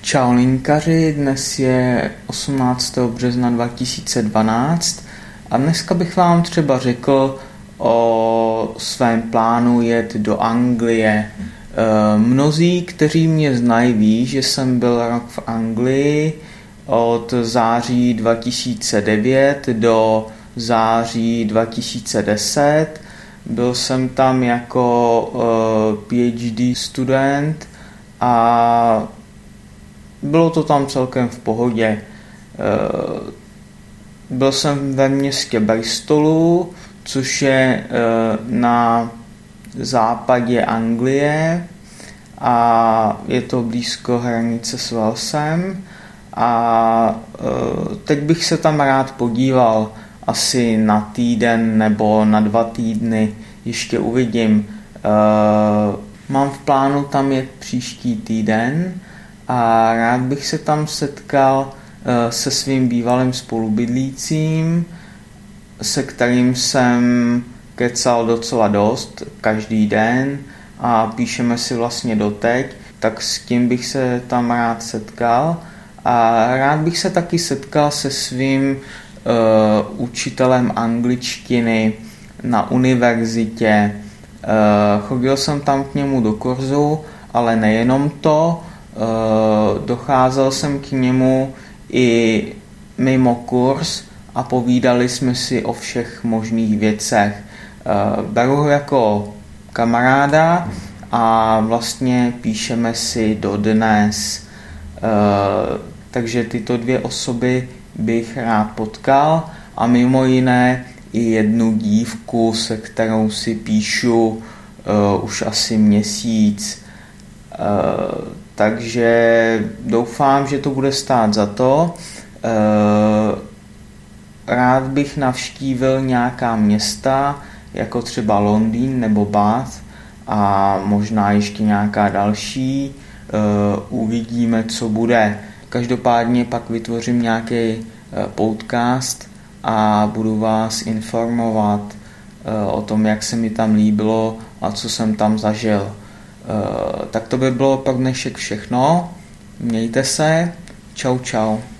Čau linkaři, dnes je 18. března 2012 a dneska bych vám třeba řekl o svém plánu jet do Anglie. Mnozí, kteří mě znají, ví, že jsem byl rok v Anglii od září 2009 do září 2010. Byl jsem tam jako PhD student a bylo to tam celkem v pohodě. Byl jsem ve městě Bristolu, což je na západě Anglie a je to blízko hranice s Walesem a teď bych se tam rád podíval asi na týden nebo na 2 týdny, ještě uvidím. Mám v plánu tam jet příští týden a rád bych se tam setkal se svým bývalým spolubydlícím, se kterým jsem kecal docela dost každý den a píšeme si vlastně doteď, tak s tím bych se tam rád setkal a rád bych se taky setkal se svým učitelem angličtiny na univerzitě. Chodil jsem tam k němu do kurzu, ale nejenom to, docházel jsem k němu i mimo kurz a povídali jsme si o všech možných věcech. Beru ho jako kamaráda a vlastně píšeme si dodnes. Takže tyto 2 osoby bych rád potkal a mimo jiné i jednu dívku, se kterou si píšu už asi měsíc. Takže doufám, že to bude stát za to. Rád bych navštívil nějaká města, jako třeba Londýn nebo Bath a možná ještě nějaká další. Uvidíme, co bude. Každopádně pak vytvořím nějaký podcast a budu vás informovat o tom, jak se mi tam líbilo a co jsem tam zažil. Tak to by bylo pro dnešek všechno. Mějte se. Čau, čau.